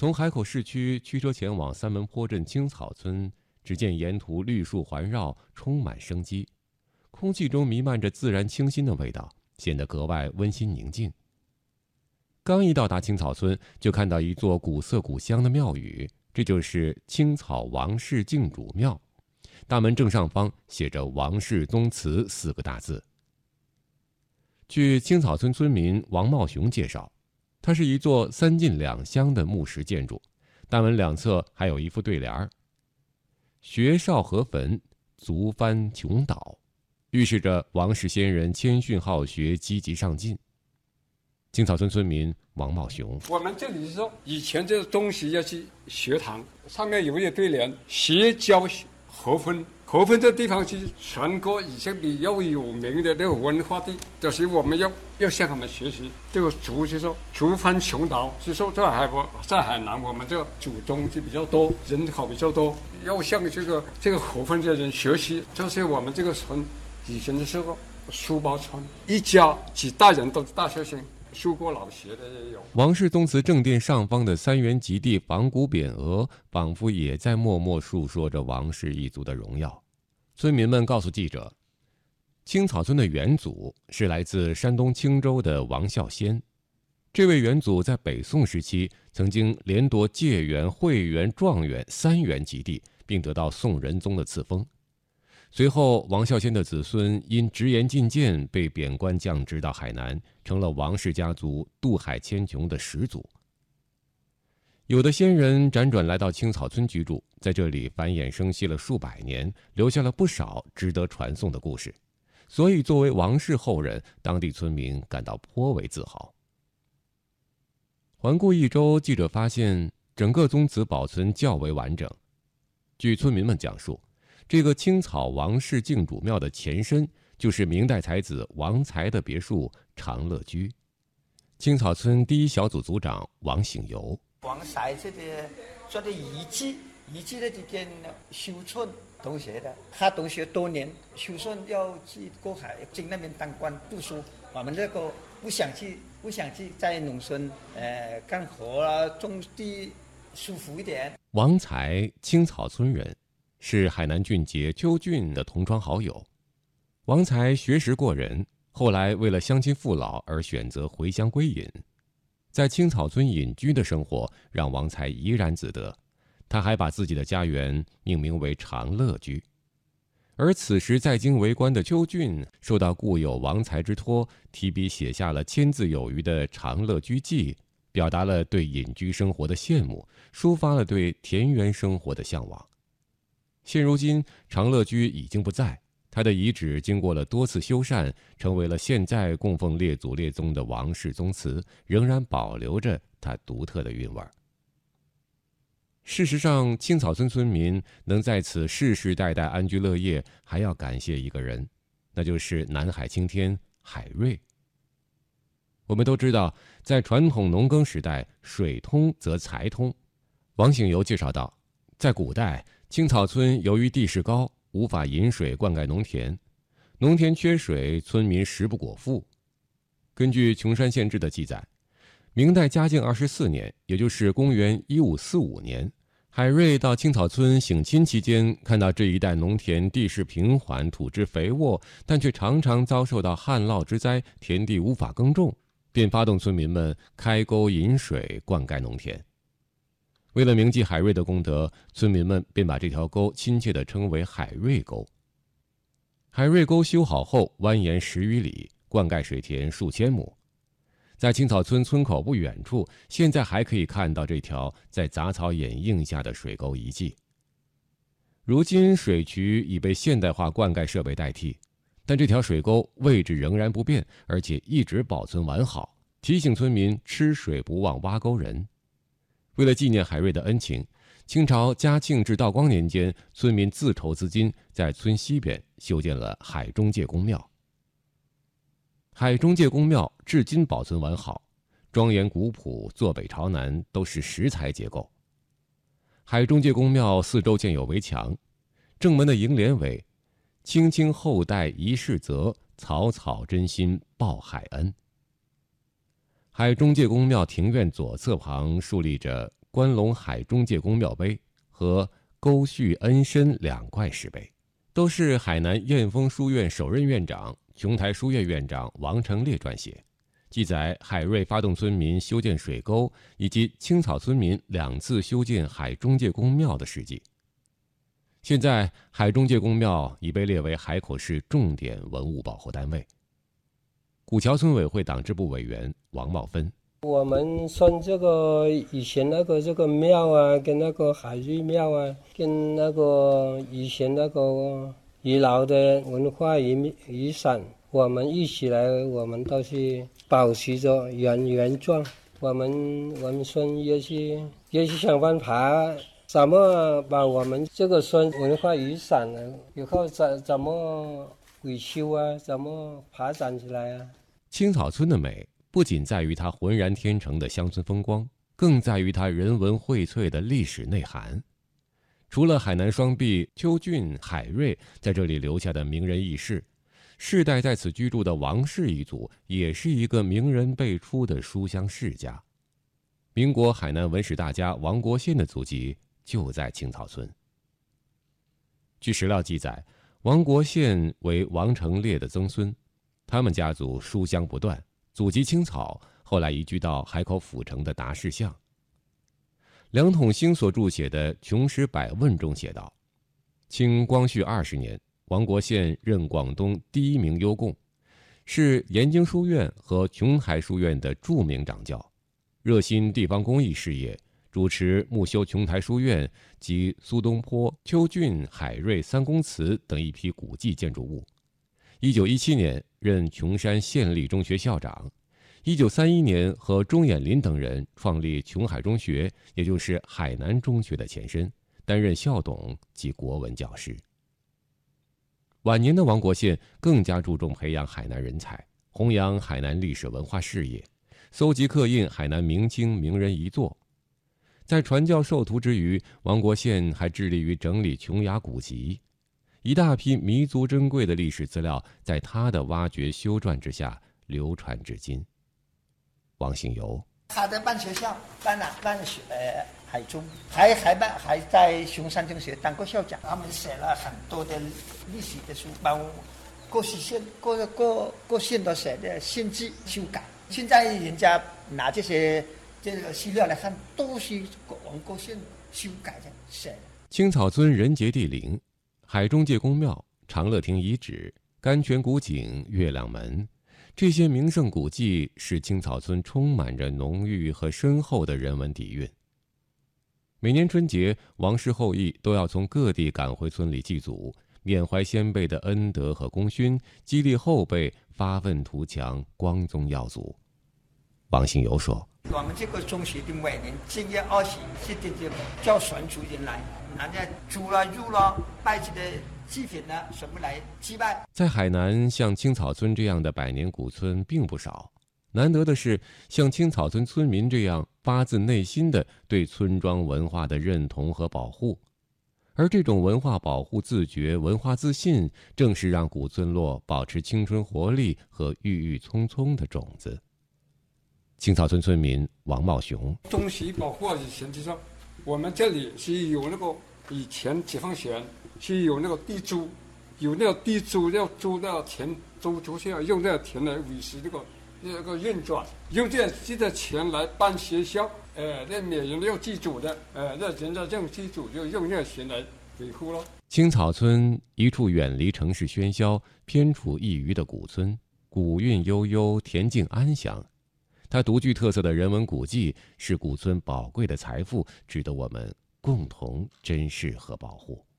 从海口市区驱车前往三门坡镇青草村，只见沿途绿树环绕，充满生机，空气中弥漫着自然清新的味道，显得格外温馨宁静。刚一到达青草村，就看到一座古色古香的庙宇，这就是青草王氏敬主庙。大门正上方写着“王氏宗祠”4个大字。据青草村村民王茂雄介绍，它是一座3进2香的木石建筑，大门两侧还有一副对联：“学少河坟，足翻穷岛”，预示着王氏先人谦逊好学，积极上进。青草村村民王茂雄： 我们这里是说，以前这东西要去学堂，上面有一对联：“学教河分”。河分这地方是全国以前比较有名的那个文化地，就是我们要向他们学习。这个足就是说足翻穷岛，是说在海南我们这个祖宗就比较多，人口比较多，要向这个河分的人学习。就是我们这个村以前的时候书包村，一家几代人都是大学生。修过老学的也有。 王氏宗祠正殿上方的3元极地仿古匾额，仿佛也在默默述说着王氏一族的荣耀。村民们告诉记者，青草村的元祖是来自山东青州的王孝先。这位元祖在北宋时期曾经连夺解元、会元、状元3元极地，并得到宋仁宗的赐封。随后，王孝先的子孙因直言进谏，被贬官降职到海南，成了王氏家族渡海迁琼的始祖。有的先人辗转来到青草村居住，在这里繁衍生息了数百年，留下了不少值得传颂的故事。所以，作为王氏后人，当地村民感到颇为自豪。环顾一周，记者发现整个宗祠保存较为完整。据村民们讲述，这个青草王氏敬主庙的前身就是明代才子王才的别墅长乐居。青草村第一小组组长王醒游： 王才这个做的遗迹的这件修村同学的，他同学多年修村要去过海进那边当官读书，我们这个不想去在农村干活啊，种地舒服一点。 王才青草村人，是海南俊杰邱俊的同窗好友。王才学识过人，后来为了乡亲父老而选择回乡归隐。在青草村隐居的生活让王才怡然自得，他还把自己的家园命名为长乐居。而此时在京为官的邱俊受到故友王才之托，提笔写下了1000字有余的《长乐居记》，表达了对隐居生活的羡慕，抒发了对田园生活的向往。现如今，长乐居已经不在，他的遗址经过了多次修缮，成为了现在供奉列祖列宗的王氏宗祠，仍然保留着它独特的韵味。事实上，青草村村民能在此世世代代安居乐业，还要感谢一个人，那就是南海青天海瑞。我们都知道，在传统农耕时代，水通则财通。王醒游介绍道，在古代，青草村由于地势高，无法引水灌溉农田，农田缺水，村民食不果腹。根据《琼山县志》的记载，明代嘉靖24年，也就是公元1545年，海瑞到青草村省亲期间，看到这一带农田地势平缓，土质肥沃，但却常常遭受到旱涝之灾，田地无法耕种，便发动村民们开沟引水灌溉农田。为了铭记海瑞的功德，村民们便把这条沟亲切地称为海瑞沟。海瑞沟修好后，蜿蜒10余里，灌溉水田数千亩。在青草村村口不远处，现在还可以看到这条在杂草掩映下的水沟遗迹。如今水渠已被现代化灌溉设备代替，但这条水沟位置仍然不变，而且一直保存完好，提醒村民吃水不忘挖沟人。为了纪念海瑞的恩情，清朝嘉庆至道光年间，村民自筹资金，在村西边修建了海中介公庙。海中介公庙至今保存完好，庄严古朴，坐北朝南，都是石材结构。海中介公庙四周建有围墙，正门的楹联为“青青后代一世泽，草草真心报海恩”。海中介公庙庭院左侧旁竖立着关陇海中介公庙碑和沟绪恩深2块石碑，都是海南燕峰书院首任院长、琼台书院院长王成烈撰写，记载海瑞发动村民修建水沟以及青草村民2次修建海中介公庙的事迹。现在，海中介公庙已被列为海口市重点文物保护单位。古桥村委会党支部委员王茂芬： 我们村这个以前这个庙啊，跟那个海瑞庙啊，跟那个以前那个遗老的文化遗产，我们一起来，我们都是保持着原状。我们村也是想办法。怎么把我们这个村文化遗产呢？以后怎么维修啊？怎么发展起来啊？ 青草村的美不仅在于它浑然天成的乡村风光，更在于它人文荟萃的历史内涵。除了海南双璧邱俊、海瑞在这里留下的名人轶事，世代在此居住的王氏一族也是一个名人辈出的书香世家。民国海南文史大家王国宪的祖籍就在青草村。据史料记载，王国宪为王成烈的曾孙，他们家族书香不断，祖籍青草，后来移居到海口府城的达市巷。梁统兴所著写的《琼史百问》中写道：清光绪20年，王国宪任广东第1名优贡，是盐津书院和琼台书院的著名掌教，热心地方公益事业，主持木修琼台书院及苏东坡、邱俊、海瑞3公祠等一批古迹建筑物。1917年任琼山县立中学校长，1931年和钟衍林等人创立琼海中学，也就是海南中学的前身，担任校董及国文教师。晚年的王国宪更加注重培养海南人才，弘扬海南历史文化事业，搜集刻印海南明清名人遗作。在传教授徒之余，王国宪还致力于整理琼崖古籍，一大批弥足珍贵的历史资料在他的挖掘修撰之下流传至今。王兴游： 他在办学校，办海中，还在熊山中学当过校长。他们写了很多的历史的书，包括各县都写的县志修改。现在人家拿这个资料来看，都是王国宪修改的写的。 青草村人杰地灵，海中介公庙、长乐亭遗址、甘泉古井、月亮门，这些名胜古迹使青草村充满着浓郁和深厚的人文底蕴。每年春节，王氏后裔都要从各地赶回村里祭祖，缅怀先辈的恩德和功勋，激励后辈发愤图强，光宗耀祖。王兴游说： 我们这个中学的每年正月20是叫全族人来，人家猪了、肉了、拜祭的祭品呢，全部来祭拜。 在海南，像青草村这样的百年古村并不少。难得的是，像青草村村民这样发自内心的对村庄文化的认同和保护，而这种文化保护自觉、文化自信，正是让古村落保持青春活力和郁郁葱葱的种子。青草村村民王茂雄： 东西保护以前就说，我们这里是有那个以前解放前是有那个地租，有那个地租要租那个田，租出去要用那个田来维持那个运转，用这个钱来办学校，那每人要祭祖的，那人家用祭祖就用那个钱来维护咯。 青草村一处远离城市喧嚣、偏处一隅的古村，古韵悠悠，恬静安详。它独具特色的人文古迹是古村宝贵的财富，值得我们共同珍视和保护。